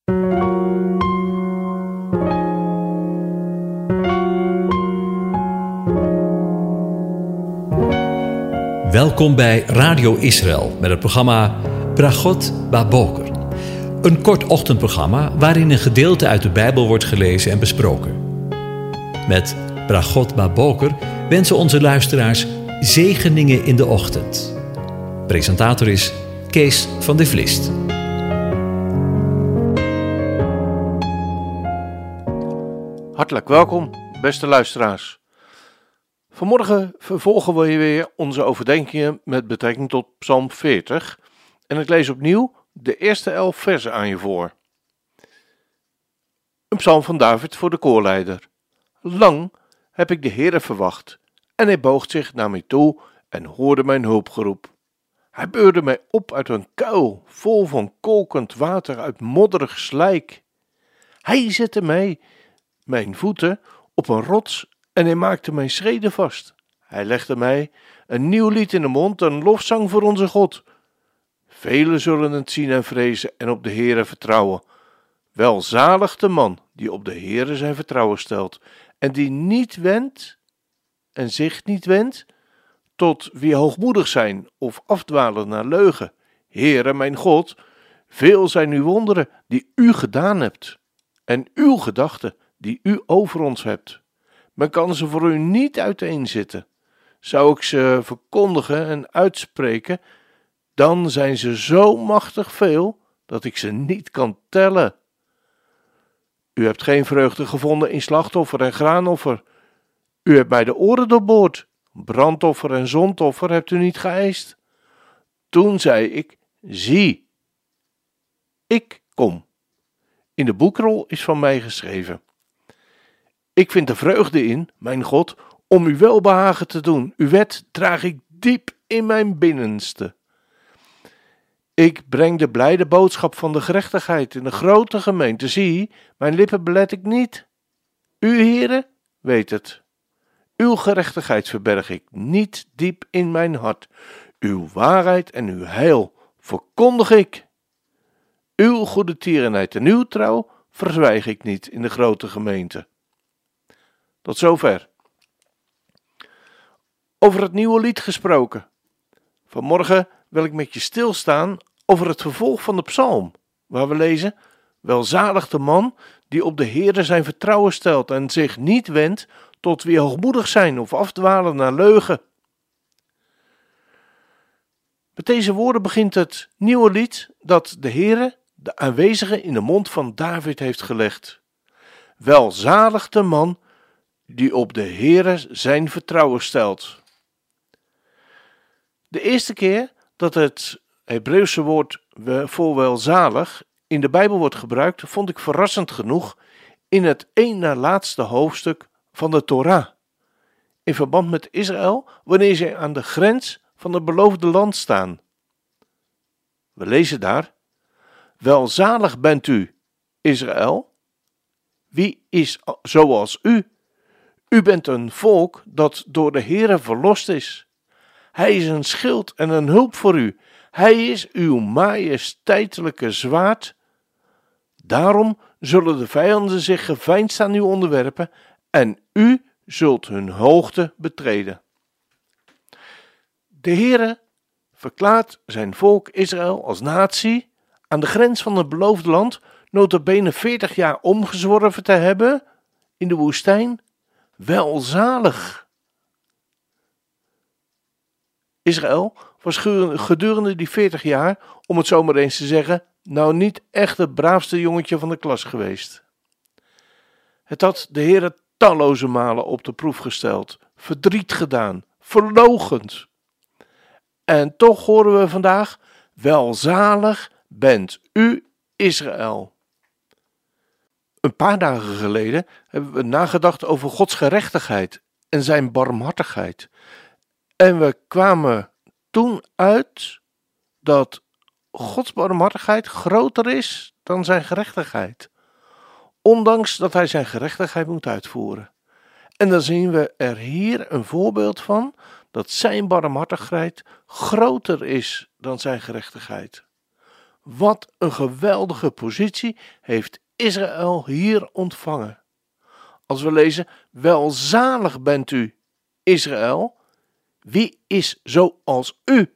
Welkom bij Radio Israël met het programma Bragot Baboker. Een kort ochtendprogramma waarin een gedeelte uit de Bijbel wordt gelezen en besproken. Met Bragot Baboker wensen onze luisteraars zegeningen in de ochtend. Presentator is Kees van de Vlist. Hartelijk welkom, beste luisteraars. Vanmorgen vervolgen we weer onze overdenkingen met betrekking tot Psalm 40 en ik lees opnieuw de eerste 11 versen aan je voor. Een psalm van David voor de koorleider. Lang heb ik de Heere verwacht en hij boog zich naar mij toe en hoorde mijn hulpgeroep. Hij beurde mij op uit een kuil vol van kolkend water uit modderig slijk. Hij zette mijn voeten op een rots en hij maakte mijn schreden vast. Hij legde mij een nieuw lied in de mond, een lofzang voor onze God. Velen zullen het zien en vrezen en op de Heere vertrouwen. Welzalig de man die op de Heere zijn vertrouwen stelt en die niet wendt en zich niet wendt tot wie hoogmoedig zijn of afdwalen naar leugen. Heere mijn God, veel zijn uw wonderen die u gedaan hebt en uw gedachten die u over ons hebt. Men kan ze voor u niet uiteenzetten. Zou ik ze verkondigen en uitspreken, dan zijn ze zo machtig veel dat ik ze niet kan tellen. U hebt geen vreugde gevonden in slachtoffer en graanoffer. U hebt mij de oren doorboord. Brandoffer en zondoffer hebt u niet geëist. Toen zei ik, zie, ik kom. In de boekrol is van mij geschreven. Ik vind de vreugde in, mijn God, om uw welbehagen te doen. Uw wet draag ik diep in mijn binnenste. Ik breng de blijde boodschap van de gerechtigheid in de grote gemeente. Zie, mijn lippen belet ik niet. U, Heere, weet het. Uw gerechtigheid verberg ik niet diep in mijn hart. Uw waarheid en uw heil verkondig ik. Uw goede tierenheid en uw trouw verzwijg ik niet in de grote gemeente. Tot zover. Over het nieuwe lied gesproken. Vanmorgen wil ik met je stilstaan over het vervolg van de psalm, waar we lezen: welzalig de man die op de Heere zijn vertrouwen stelt en zich niet wendt tot wie hoogmoedig zijn of afdwalen naar leugen. Met deze woorden begint het nieuwe lied dat de Heere, de aanwezige, in de mond van David heeft gelegd. Welzalig de man die op de Heere zijn vertrouwen stelt. De eerste keer dat het Hebreeuwse woord voor welzalig in de Bijbel wordt gebruikt, vond ik verrassend genoeg in het één na laatste hoofdstuk van de Torah, in verband met Israël, wanneer zij aan de grens van het beloofde land staan. We lezen daar: welzalig bent u, Israël. Wie is zoals u? U bent een volk dat door de Heere verlost is. Hij is een schild en een hulp voor u. Hij is uw majesteitelijke zwaard. Daarom zullen de vijanden zich geveinsd aan u onderwerpen en u zult hun hoogte betreden. De Heere verklaart zijn volk Israël als natie aan de grens van het beloofde land nota bene 40 jaar omgezworven te hebben in de woestijn. Welzalig. Israël was gedurende die 40 jaar, om het zo maar eens te zeggen, nou niet echt het braafste jongetje van de klas geweest. Het had de Heere talloze malen op de proef gesteld, verdriet gedaan, verloochend. En toch horen we vandaag: welzalig bent u, Israël. Een paar dagen geleden hebben we nagedacht over Gods gerechtigheid en zijn barmhartigheid. En we kwamen toen uit dat Gods barmhartigheid groter is dan zijn gerechtigheid, ondanks dat hij zijn gerechtigheid moet uitvoeren. En dan zien we er hier een voorbeeld van dat zijn barmhartigheid groter is dan zijn gerechtigheid. Wat een geweldige positie heeft Israël hier ontvangen. Als we lezen, welzalig bent u, Israël. Wie is zoals u?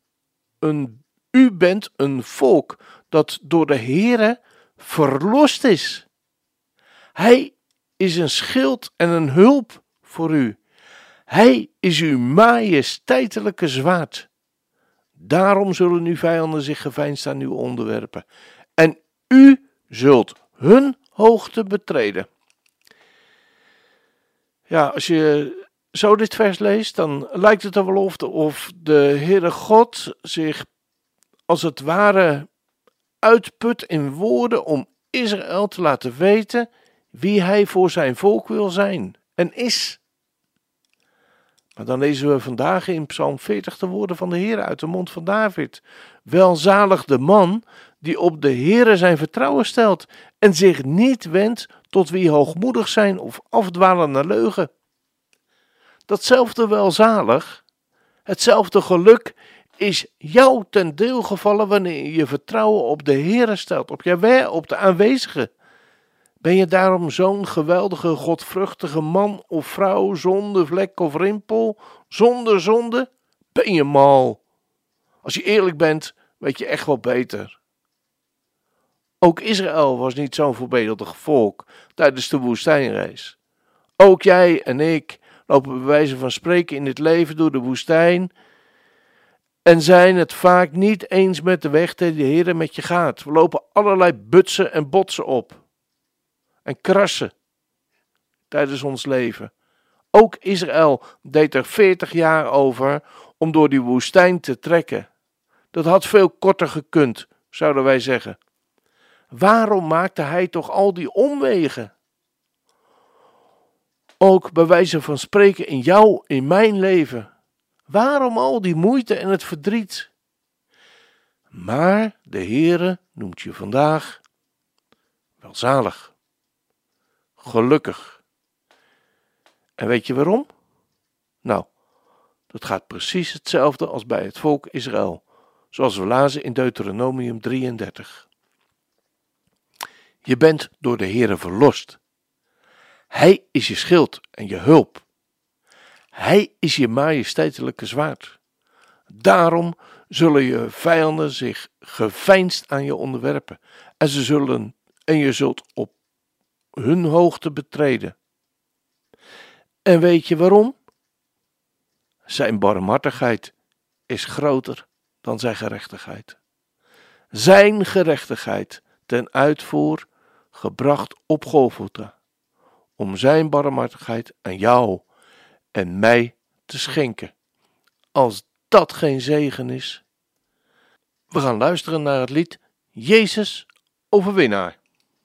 U bent een volk dat door de Heere verlost is. Hij is een schild en een hulp voor u. Hij is uw majesteitelijke zwaard. Daarom zullen uw vijanden zich geveinsd aan u onderwerpen. En u zult hun hoogte betreden. Ja, als je zo dit vers leest, dan lijkt het er wel of de Heere God zich als het ware uitput in woorden om Israël te laten weten wie hij voor zijn volk wil zijn en is. Maar dan lezen we vandaag in Psalm 40 de woorden van de Heere uit de mond van David. Welzalig de man die op de Heere zijn vertrouwen stelt en zich niet wendt tot wie hoogmoedig zijn of afdwalen naar leugen. Datzelfde welzalig, hetzelfde geluk is jou ten deel gevallen wanneer je je vertrouwen op de Heere stelt, op Jahweh, op de aanwezige. Ben je daarom zo'n geweldige, godvruchtige man of vrouw, zonder vlek of rimpel, zonder zonde? Ben je mal? Als je eerlijk bent, weet je echt wel beter. Ook Israël was niet zo'n voorbeeldig volk tijdens de woestijnreis. Ook jij en ik lopen bij wijze van spreken in het leven door de woestijn en zijn het vaak niet eens met de weg die de Heere met je gaat. We lopen allerlei butsen en botsen op en krassen tijdens ons leven. Ook Israël deed er 40 jaar over om door die woestijn te trekken. Dat had veel korter gekund, zouden wij zeggen. Waarom maakte hij toch al die omwegen? Ook bij wijze van spreken in jou, in mijn leven. Waarom al die moeite en het verdriet? Maar de Heere noemt je vandaag welzalig, gelukkig. En weet je waarom? Nou, dat gaat precies hetzelfde als bij het volk Israël, zoals we lazen in Deuteronomium 33. Je bent door de Heere verlost. Hij is je schild en je hulp. Hij is je majesteitelijke zwaard. Daarom zullen je vijanden zich geveinsd aan je onderwerpen en je zult op hun hoogte betreden. En weet je waarom? Zijn barmhartigheid is groter dan zijn gerechtigheid. Zijn gerechtigheid ten uitvoer gebracht op Golgotha, om zijn barmhartigheid aan jou en mij te schenken. Als dat geen zegen is. We gaan luisteren naar het lied Jezus overwinnaar.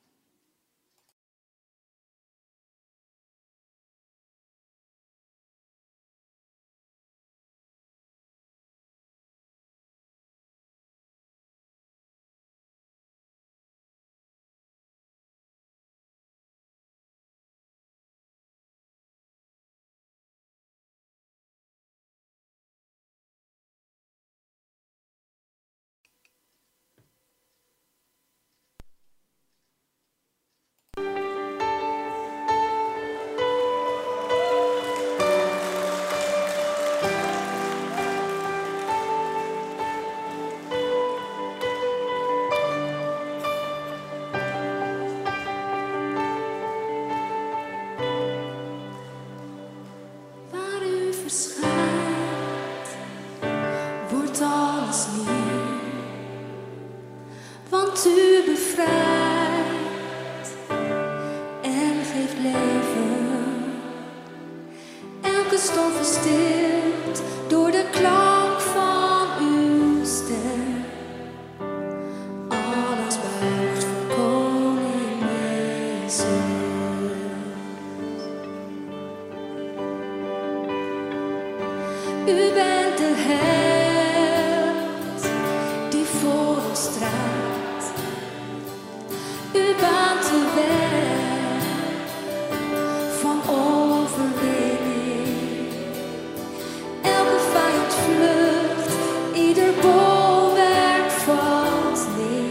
Wordt alles nieuw, want u bevrijdt en geeft leven. Elke storm verstilt door de klank van uw stem. Alles buigt voor Koning Jezus. U bent de held die voor ons strijdt. U baant de weg van overwinning. Elke vijand vlucht, ieder bolwerk valt neer.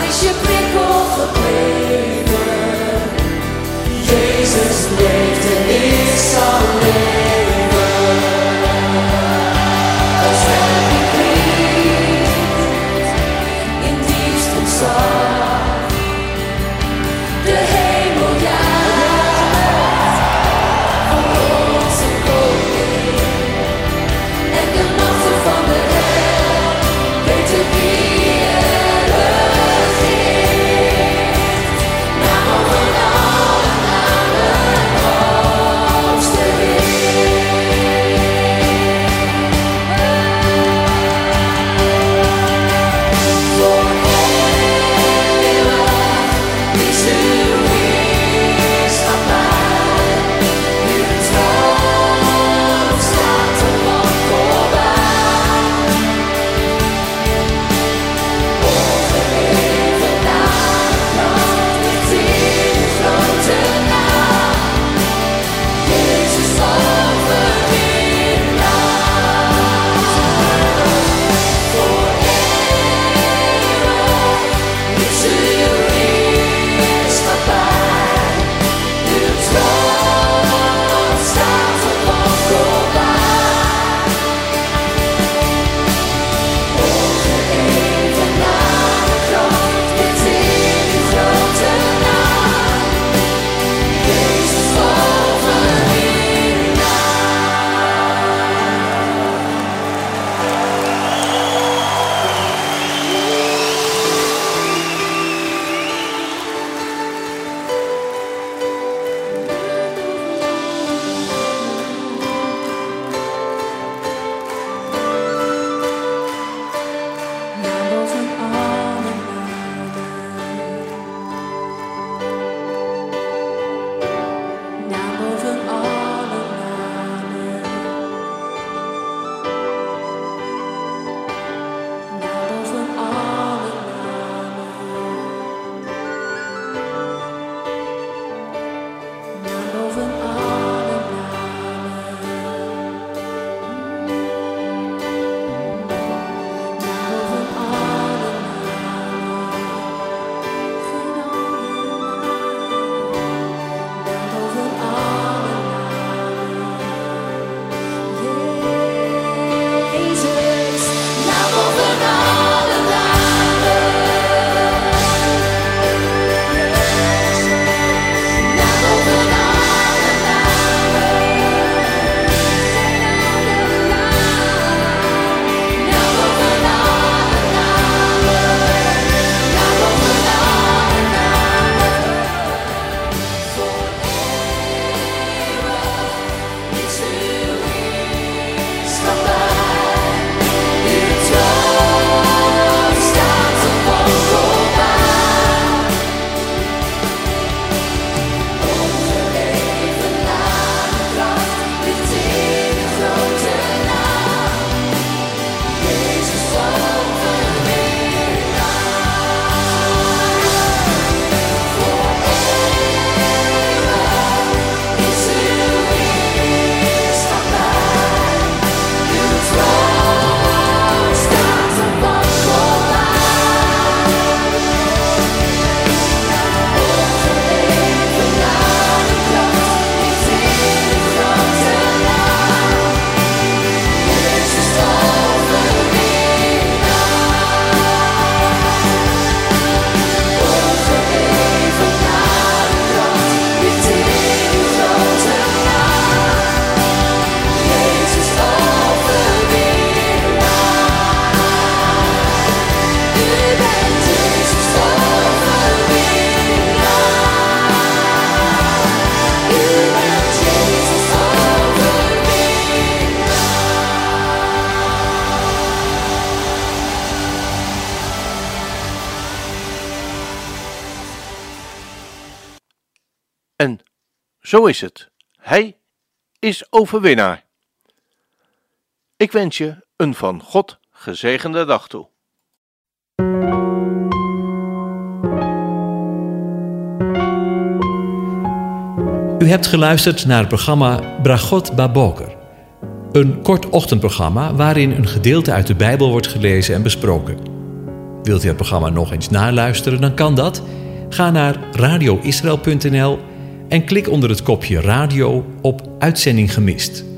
is je prikkel gebleven? Jezus leeft en ik zal leven. Als het niet klinkt in diepst ontzag, de hemel jaagt voor onze koning en de machten van de hel weten wie er regeert. Naam boven alle namen, hoogste Heer. Voor eeuwig is uw heerschappij, uw troon staat onwankelbaar. Ongeheven naamkracht ligt in uw grote naam, Jezus overwinnaar. Voor eeuwig is uw heerschappij, uw troon staat onwankelbaar. Ongeheven naamkracht ligt in uw grote naam, Jezus overwinnaar. Naam boven alle namen. Naam boven alle namen. Naam boven alle namen. Naam boven alle Jezus, naam boven alle namen. Naam boven alle namen. Naam boven alle namen. Naam boven alle namen. Voor eeuwig is uw heerschappij, uw troon staat onwankelbaar. Ongeheven naamkracht ligt in uw grote naam, Jezus overwinnaar. Voor eeuwig is uw heerschappij, uw troon staat onwankelbaar. Ongeheven naamkracht ligt in uw grote naam, Jezus overwinnaar. Ongeheven naamkracht ligt in uw grote naam, Jezus overwinnaar. U bent Jezus overwinnaar. U bent Jezus overwinnaar. En zo is het. Hij is overwinnaar. Ik wens je een van God gezegende dag toe. U hebt geluisterd naar het programma Bragot Baboker. Een kort ochtendprogramma waarin een gedeelte uit de Bijbel wordt gelezen en besproken. Wilt u het programma nog eens naluisteren, dan kan dat. Ga naar radioisrael.nl en klik onder het kopje radio op Uitzending gemist.